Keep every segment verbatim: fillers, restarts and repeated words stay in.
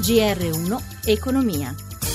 G R uno Economia.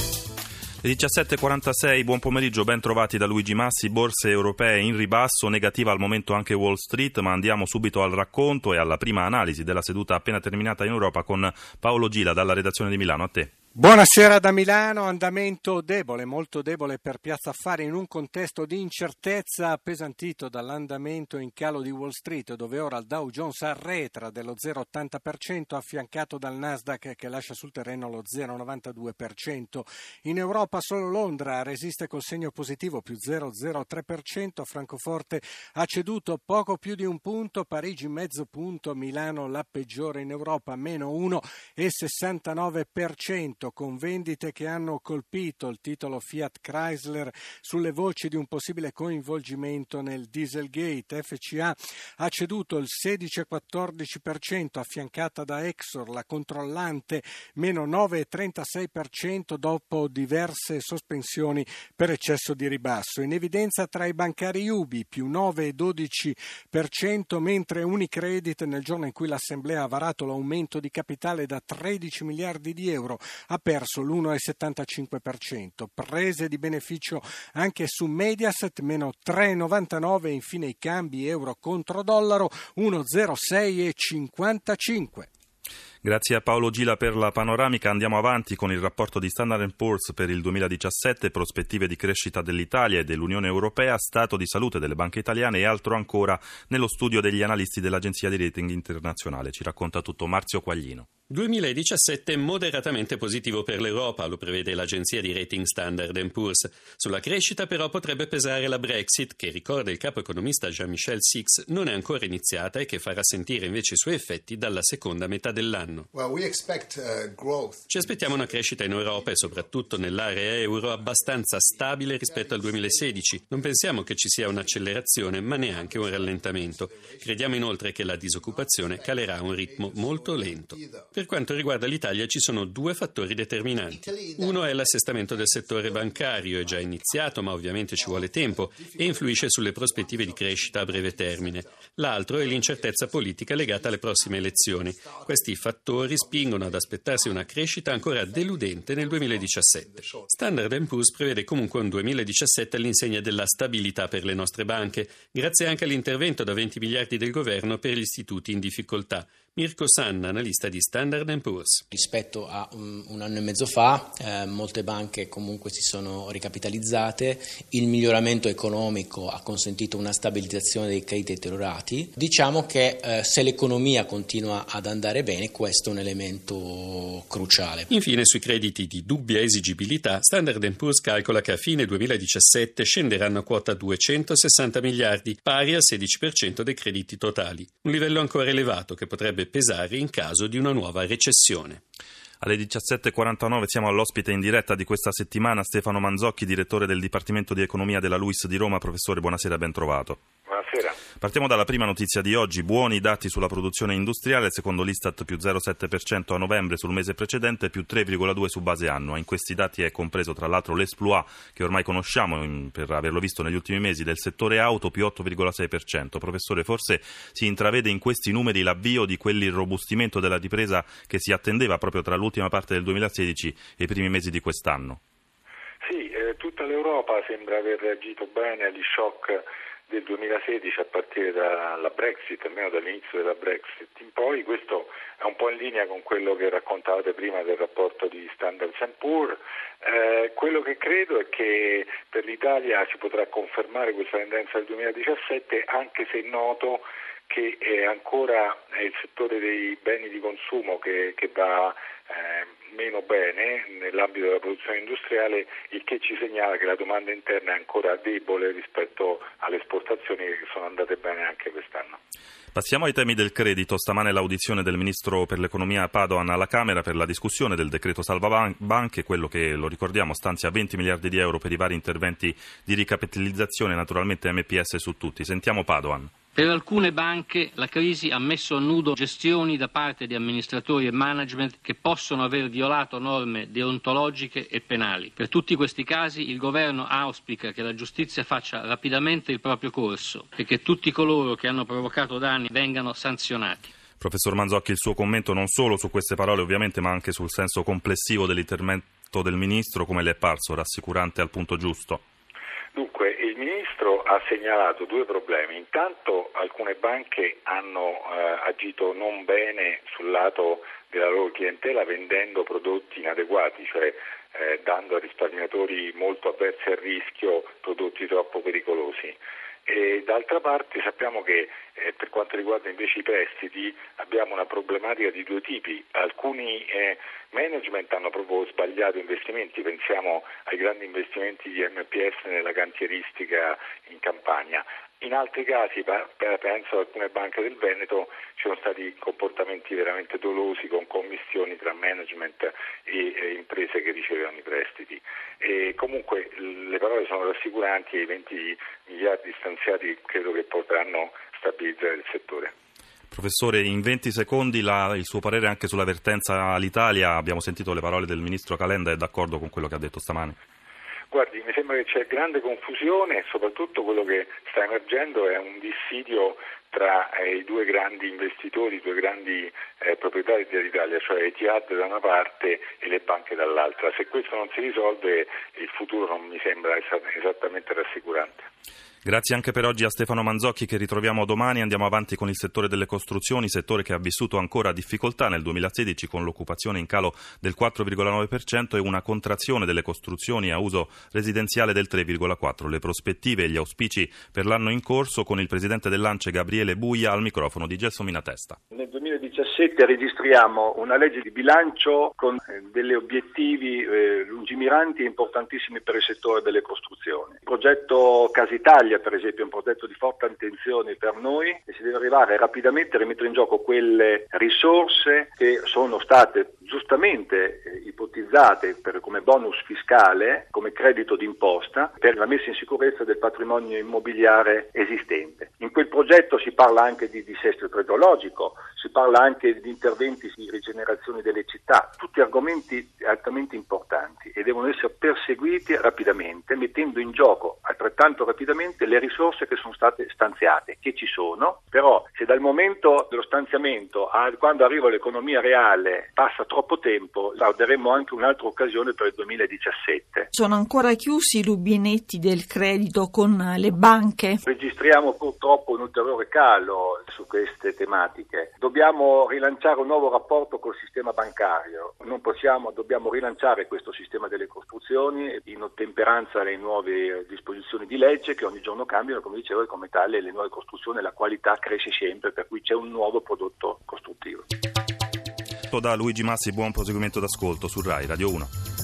Le diciassette e quarantasei, buon pomeriggio, ben trovati da Luigi Massi. Borse europee in ribasso, negativa al momento anche Wall Street, ma andiamo subito al racconto e alla prima analisi della seduta appena terminata in Europa con Paolo Gila dalla redazione di Milano. A te. Buonasera da Milano. Andamento debole, molto debole per Piazza Affari in un contesto di incertezza appesantito dall'andamento in calo di Wall Street, dove ora il Dow Jones arretra dello zero virgola ottanta per cento affiancato dal Nasdaq che lascia sul terreno lo zero virgola novantadue per cento. In Europa solo Londra resiste col segno positivo più zero virgola zero tre per cento, Francoforte ha ceduto poco più di un punto, Parigi mezzo punto, Milano la peggiore in Europa meno uno virgola sessantanove per cento. Con vendite che hanno colpito il titolo Fiat Chrysler sulle voci di un possibile coinvolgimento nel Dieselgate. F C A ha ceduto il sedici virgola quattordici per cento affiancata da Exor, la controllante meno nove virgola trentasei per cento dopo diverse sospensioni per eccesso di ribasso. In evidenza tra i bancari U B I più nove virgola dodici per cento, mentre Unicredit nel giorno in cui l'Assemblea ha varato l'aumento di capitale da tredici miliardi di euro ha perso l'uno virgola settantacinque per cento. Prese di beneficio anche su Mediaset, meno tre virgola novantanove, infine i cambi euro contro dollaro uno virgola zero sei e cinquantacinque. Grazie a Paolo Gila per la panoramica. Andiamo avanti con il rapporto di Standard and Poor's per il duemiladiciassette, prospettive di crescita dell'Italia e dell'Unione Europea, stato di salute delle banche italiane e altro ancora nello studio degli analisti dell'agenzia di rating internazionale. Ci racconta tutto Marzio Quaglino. duemiladiciassette moderatamente positivo per l'Europa, lo prevede l'agenzia di rating Standard and Poor's. Sulla crescita però potrebbe pesare la Brexit, che ricorda il capo economista Jean-Michel Six non è ancora iniziata e che farà sentire invece i suoi effetti dalla seconda metà dell'anno. Well, we expect, uh, growth. Ci aspettiamo una crescita in Europa e soprattutto nell'area euro abbastanza stabile rispetto al duemilasedici. Non pensiamo che ci sia un'accelerazione ma neanche un rallentamento. Crediamo inoltre che la disoccupazione calerà a un ritmo molto lento. Per quanto riguarda l'Italia ci sono due fattori determinanti. Uno è l'assestamento del settore bancario, è già iniziato ma ovviamente ci vuole tempo e influisce sulle prospettive di crescita a breve termine. L'altro è l'incertezza politica legata alle prossime elezioni. Questi fattori spingono ad aspettarsi una crescita ancora deludente nel duemiladiciassette. Standard and Poor's prevede comunque un duemiladiciassette all'insegna della stabilità per le nostre banche, grazie anche all'intervento da venti miliardi del governo per gli istituti in difficoltà. Mirko Sanna, analista di Standard and Poor's. Rispetto a un, un anno e mezzo fa, eh, molte banche comunque si sono ricapitalizzate, il miglioramento economico ha consentito una stabilizzazione dei crediti deteriorati. Diciamo che eh, se l'economia continua ad andare bene, questo è un elemento cruciale. Infine, sui crediti di dubbia esigibilità, Standard and Poor's calcola che a fine duemiladiciassette scenderanno a quota duecentosessanta miliardi, pari al sedici per cento dei crediti totali. Un livello ancora elevato che potrebbe pesare in caso di una nuova recessione. Alle diciassette e quarantanove siamo all'ospite in diretta di questa settimana, Stefano Manzocchi, direttore del Dipartimento di Economia della LUISS di Roma. Professore, buonasera, ben trovato. Buonasera. Partiamo dalla prima notizia di oggi. Buoni dati sulla produzione industriale, secondo l'Istat più zero virgola sette per cento a novembre sul mese precedente, più tre virgola due per cento su base annua. In questi dati è compreso tra l'altro l'exploit, che ormai conosciamo in, per averlo visto negli ultimi mesi, del settore auto, più otto virgola sei per cento. Professore, forse si intravede in questi numeri l'avvio di quell'irrobustimento della ripresa che si attendeva proprio tra l'ultima parte del duemilasedici e i primi mesi di quest'anno? Sì, eh, tutta l'Europa sembra aver reagito bene agli shock del duemilasedici a partire dalla Brexit, almeno dall'inizio della Brexit in poi. Questo è un po' in linea con quello che raccontavate prima del rapporto di Standard and Poor's. Eh, quello che credo è che per l'Italia si potrà confermare questa tendenza del duemiladiciassette, anche se è noto che è ancora è il settore dei beni di consumo che, che va eh, meno bene nell'ambito della produzione industriale, il che ci segnala che la domanda interna è ancora debole rispetto alle esportazioni che sono andate bene anche quest'anno. Passiamo ai temi del credito. Stamane l'audizione del Ministro per l'Economia Padoan alla Camera per la discussione del decreto salva banche, quello che, lo ricordiamo, stanzia venti miliardi di euro per i vari interventi di ricapitalizzazione, naturalmente M P S su tutti. Sentiamo Padoan. Per alcune banche la crisi ha messo a nudo gestioni da parte di amministratori e management che possono aver violato norme deontologiche e penali. Per tutti questi casi il governo auspica che la giustizia faccia rapidamente il proprio corso e che tutti coloro che hanno provocato danni vengano sanzionati. Professor Manzocchi, il suo commento non solo su queste parole ovviamente, ma anche sul senso complessivo dell'intervento del Ministro, come le è parso, rassicurante al punto giusto? Dunque, il Ministro ha segnalato due problemi. Intanto alcune banche hanno eh, agito non bene sul lato della loro clientela vendendo prodotti inadeguati, cioè eh, dando a risparmiatori molto avversi al rischio prodotti troppo pericolosi. E d'altra parte sappiamo che eh, per quanto riguarda invece i prestiti abbiamo una problematica di due tipi. Alcuni eh, management hanno proprio sbagliato investimenti, pensiamo ai grandi investimenti di M P S nella cantieristica in Campania. In altri casi, penso ad alcune banche del Veneto, ci sono stati comportamenti veramente dolosi con commissioni tra management e imprese che ricevevano i prestiti. E comunque le parole sono rassicuranti e i venti miliardi stanziati credo che potranno stabilizzare il settore. Professore, in venti secondi la, il suo parere anche sulla vertenza all'Italia. Abbiamo sentito le parole del Ministro Calenda, è d'accordo con quello che ha detto stamani? Guardi, mi sembra che c'è grande confusione e soprattutto quello che sta emergendo è un dissidio tra eh, i due grandi investitori, i due grandi eh, proprietari dell'Italia, cioè Etihad da una parte e le banche dall'altra. Se questo non si risolve, il futuro non mi sembra esattamente rassicurante. Grazie anche per oggi a Stefano Manzocchi, che ritroviamo domani. Andiamo avanti con il settore delle costruzioni, settore che ha vissuto ancora difficoltà nel duemilasedici con l'occupazione in calo del quattro virgola nove per cento e una contrazione delle costruzioni a uso residenziale del tre virgola quattro per cento. Le prospettive e gli auspici per l'anno in corso con il presidente dell'Ance Gabriele Buia al microfono di Gelsomina Testa. Nel duemiladiciassette registriamo una legge di bilancio con degli obiettivi eh, lungimiranti e importantissimi per il settore delle costruzioni. Il progetto Casa Italia, per esempio, è un progetto di forte attenzione per noi e si deve arrivare rapidamente a rimettere in gioco quelle risorse che sono state giustamente eh, ipotizzate per, come bonus fiscale, come credito d'imposta per la messa in sicurezza del patrimonio immobiliare esistente. In quel progetto si parla anche di dissesto idrogeologico, si parla anche di interventi di rigenerazione delle città, tutti argomenti altamente importanti e devono essere perseguiti rapidamente, mettendo in gioco altrettanto rapidamente le risorse che sono state stanziate, che ci sono, però se dal momento dello stanziamento a quando arriva l'economia reale passa troppo tempo, daremo anche un'altra occasione per il duemiladiciassette. Sono ancora chiusi i rubinetti del credito con le banche? Registriamo purtroppo un ulteriore calo su queste tematiche. Dobbiamo rilanciare un nuovo rapporto col sistema bancario. Non possiamo, dobbiamo rilanciare questo sistema delle costruzioni in ottemperanza alle nuove disposizioni di legge che ogni giorno cambiano, come dicevo, e come tale le nuove costruzioni, la qualità cresce sempre, per cui c'è un nuovo prodotto costruttivo. Da Luigi Massi, buon proseguimento d'ascolto su Rai Radio uno.